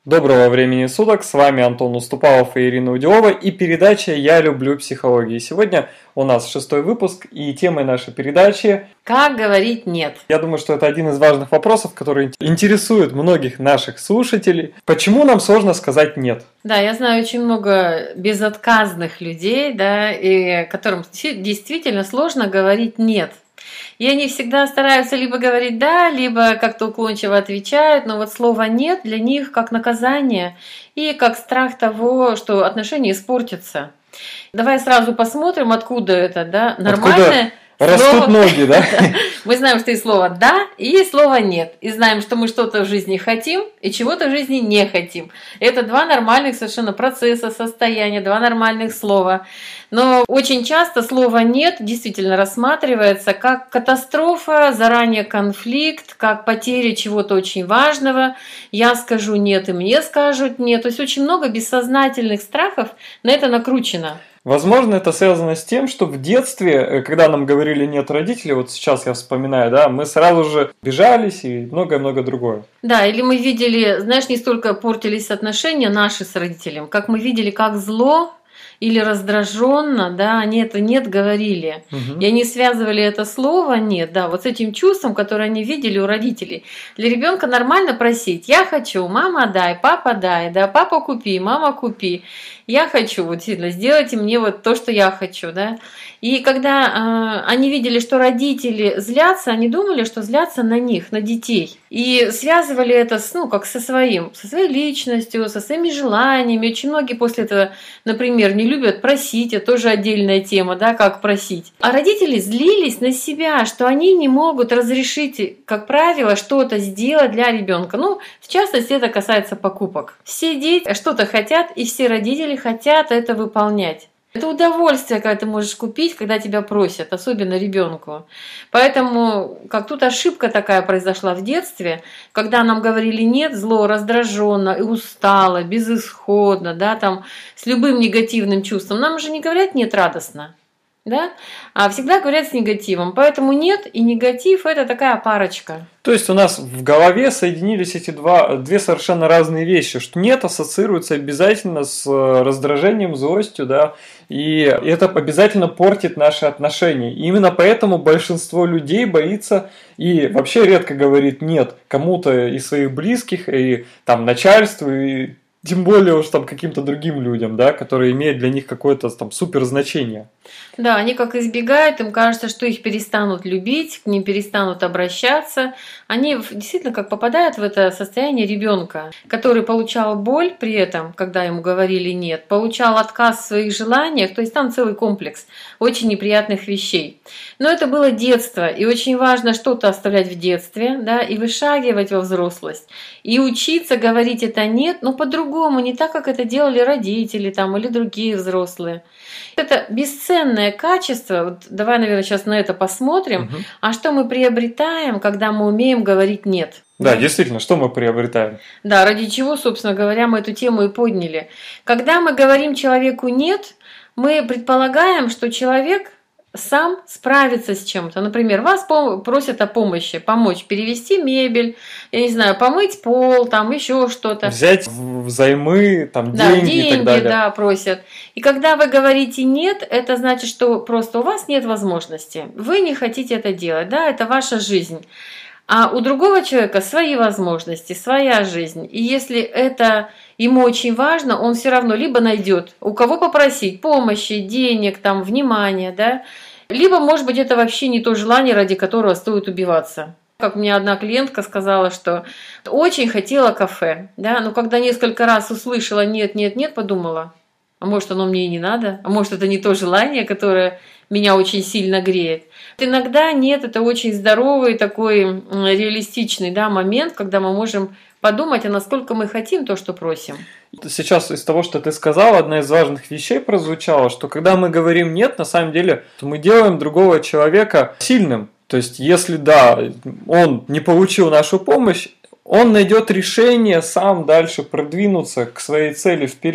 Доброго времени суток, с вами Антон Уступалов и Ирина Удилова и передача «Я люблю психологию». Сегодня у нас 6-й выпуск и темой нашей передачи «Как говорить нет?». Я думаю, что это один из важных вопросов, который интересует многих наших слушателей. Почему нам сложно сказать «нет»? Да, я знаю очень много безотказных людей, да, и которым действительно сложно говорить «нет». И они всегда стараются либо говорить «да», либо как-то уклончиво отвечают, но вот слово «нет» для них как наказание и как страх того, что отношения испортятся. Давай сразу посмотрим, откуда это, да, нормальное. Растут ноги, да? Мы знаем, что есть слово «да» и есть слово «нет». И знаем, что мы что-то в жизни хотим и чего-то в жизни не хотим. Это два нормальных совершенно процесса, состояния, два нормальных слова. Но очень часто слово «нет» действительно рассматривается как катастрофа, заранее конфликт, как потеря чего-то очень важного. Я скажу «нет» и мне скажут «нет». То есть очень много бессознательных страхов на это накручено. Возможно, это связано с тем, что в детстве, когда нам говорили «нет» родители, вот сейчас я вспоминаю, да, мы сразу же бежались и многое-многое другое. Да, или мы видели, знаешь, не столько портились отношения наши с родителем, как мы видели, как зло или раздраженно, да, они это «нет» говорили. И они связывали это слово «нет», да, вот с этим чувством, которое они видели у родителей. Для ребенка нормально просить: «Я хочу, мама дай, да, папа купи, мама купи». Я хочу, вот сильно сделайте мне вот то, что я хочу, да. И когда они видели, что родители злятся, они думали, что злятся на них, на детей. И связывали это как со своей личностью, со своими желаниями. Очень многие после этого, например, не любят просить, это тоже отдельная тема, да, как просить. А родители злились на себя, что они не могут разрешить, как правило, что-то сделать для ребенка. В частности, это касается покупок. Все дети что-то хотят, и все родители хотят это выполнять. Это удовольствие, когда ты можешь купить, когда тебя просят, особенно ребенку. Поэтому, как тут ошибка такая произошла в детстве, когда нам говорили «нет», зло, раздраженно и устало, безысходно, да, там, с любым негативным чувством. Нам же не говорят «нет» радостно, да? А всегда говорят с негативом. Поэтому «нет» и негатив – это такая парочка. То есть у нас в голове соединились эти две совершенно разные вещи, что «нет» ассоциируется обязательно с раздражением, злостью, да, и это обязательно портит наши отношения. И именно поэтому большинство людей боится и вообще редко говорит «нет» кому-то из своих близких, и там начальству, и тем более уж там каким-то другим людям, да, которые имеют для них какое-то там супер значение. Да, они как избегают, им кажется, что их перестанут любить, к ним перестанут обращаться. Они действительно как попадают в это состояние ребенка, который получал боль при этом, когда ему говорили «нет», получал отказ в своих желаниях, то есть там целый комплекс очень неприятных вещей. Но это было детство, и очень важно что-то оставлять в детстве, да, и вышагивать во взрослость, и учиться говорить это «нет», но по-другому, не так, как это делали родители там, или другие взрослые. Это бесценное качество. Вот давай, наверное, сейчас на это посмотрим. А что мы приобретаем, когда мы умеем говорить «нет»? Да, действительно, что мы приобретаем? Да, ради чего, собственно говоря, мы эту тему и подняли. Когда мы говорим человеку «нет», мы предполагаем, что человек сам справится с чем-то. Например, вас просят о помощи, помочь перевести мебель, я не знаю, помыть пол, там еще что-то. Взять взаймы, там деньги и так далее. Да, просят. И когда вы говорите «нет», это значит, что просто у вас нет возможности. Вы не хотите это делать, да, это ваша жизнь. А у другого человека свои возможности, своя жизнь. И если это ему очень важно, он все равно либо найдет, у кого попросить помощи, денег, там, внимания, да, либо, может быть, это вообще не то желание, ради которого стоит убиваться. Как мне одна клиентка сказала, что очень хотела кафе, да, но когда несколько раз услышала «нет, нет, нет», подумала, а может, оно мне и не надо, а может, это не то желание, которое меня очень сильно греет. Иногда «нет» – это очень здоровый такой реалистичный, да, момент, когда мы можем подумать, а насколько мы хотим то, что просим. Сейчас из того, что ты сказал, одна из важных вещей прозвучала, что когда мы говорим «нет», на самом деле мы делаем другого человека сильным. То есть, если да, он не получил нашу помощь, он найдет решение сам дальше продвинуться к своей цели вперед.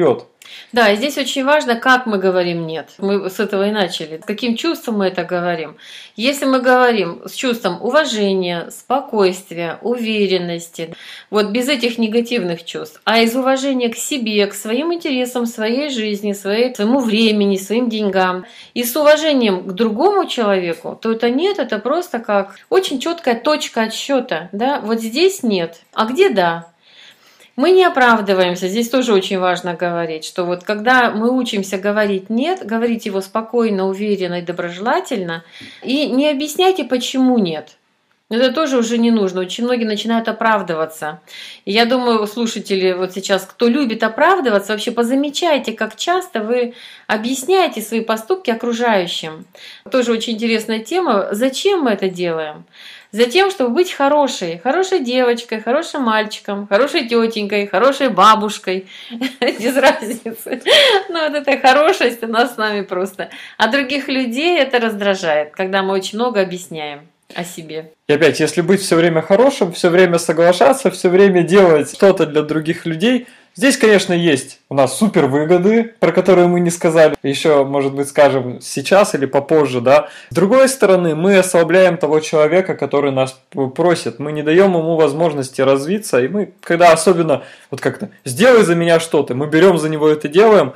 Да, и здесь очень важно, как мы говорим «нет». Мы с этого и начали. С каким чувством мы это говорим? Если мы говорим с чувством уважения, спокойствия, уверенности, вот без этих негативных чувств, а из уважения к себе, к своим интересам, своей жизни, своему времени, своим деньгам, и с уважением к другому человеку, то это «нет», это просто как очень четкая точка отсчета. Да? Вот здесь «нет», а где «да». Мы не оправдываемся, здесь тоже очень важно говорить, что вот когда мы учимся говорить «нет», говорить его спокойно, уверенно и доброжелательно, и не объясняйте, почему «нет». Это тоже уже не нужно, очень многие начинают оправдываться. И я думаю, слушатели вот сейчас, кто любит оправдываться, вообще позамечайте, как часто вы объясняете свои поступки окружающим. Тоже очень интересная тема, зачем мы это делаем? Затем, чтобы быть хорошей девочкой, хорошим мальчиком, хорошей тетенькой, хорошей бабушкой, без разницы. Но вот эта хорошесть у нас с нами просто. А других людей это раздражает, когда мы очень много объясняем о себе. И опять, если быть все время хорошим, все время соглашаться, все время делать что-то для других людей, здесь, конечно, есть у нас супер выгоды, про которые мы не сказали. Еще, может быть, скажем сейчас или попозже, да. С другой стороны, мы ослабляем того человека, который нас просит. Мы не даем ему возможности развиться. И мы, когда особенно вот как-то «сделай за меня что-то», мы берем за него это делаем,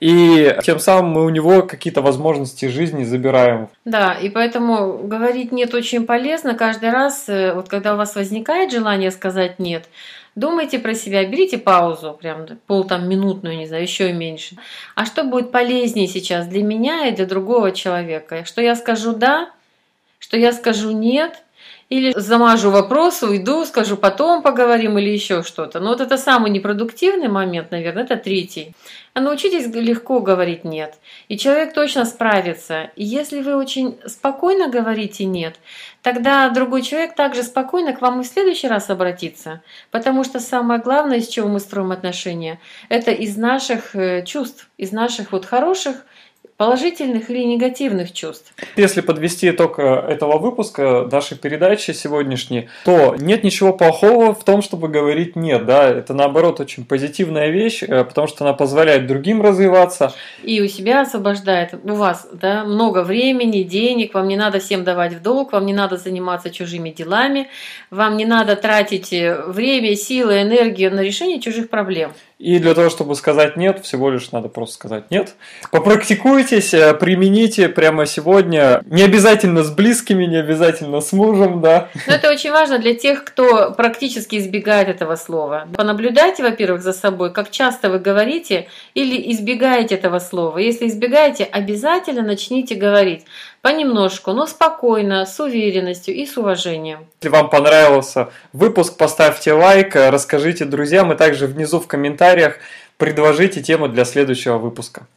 и тем самым мы у него какие-то возможности жизни забираем. Да, и поэтому говорить «нет» очень полезно. Каждый раз, вот когда у вас возникает желание сказать «нет», думайте про себя, берите паузу, прям минутную, не знаю, еще и меньше. А что будет полезнее сейчас для меня и для другого человека? Что я скажу «да», что я скажу «нет», или замажу вопрос, уйду, скажу потом поговорим или еще что-то. Но вот это самый непродуктивный момент, наверное, это третий. А научитесь легко говорить «нет». И человек точно справится. И если вы очень спокойно говорите «нет», тогда другой человек также спокойно к вам и в следующий раз обратится. Потому что самое главное, из чего мы строим отношения, это из наших чувств, из наших вот хороших, положительных или негативных чувств. Если подвести итог этого выпуска, нашей передачи сегодняшней, то нет ничего плохого в том, чтобы говорить «нет». Да? Это, наоборот, очень позитивная вещь, потому что она позволяет другим развиваться. И у себя освобождает. У вас много времени, денег, вам не надо всем давать в долг, вам не надо заниматься чужими делами, вам не надо тратить время, силы, энергию на решение чужих проблем. И для того, чтобы сказать «нет», всего лишь надо просто сказать «нет». Попрактикуйтесь, примените прямо сегодня. Не обязательно с близкими, не обязательно с мужем, да. Но это очень важно для тех, кто практически избегает этого слова. Понаблюдайте, во-первых, за собой, как часто вы говорите или избегаете этого слова. Если избегаете, обязательно начните говорить понемножку, но спокойно, с уверенностью и с уважением. Если вам понравился выпуск, поставьте лайк, расскажите друзьям и также внизу в комментариях предложите тему для следующего выпуска.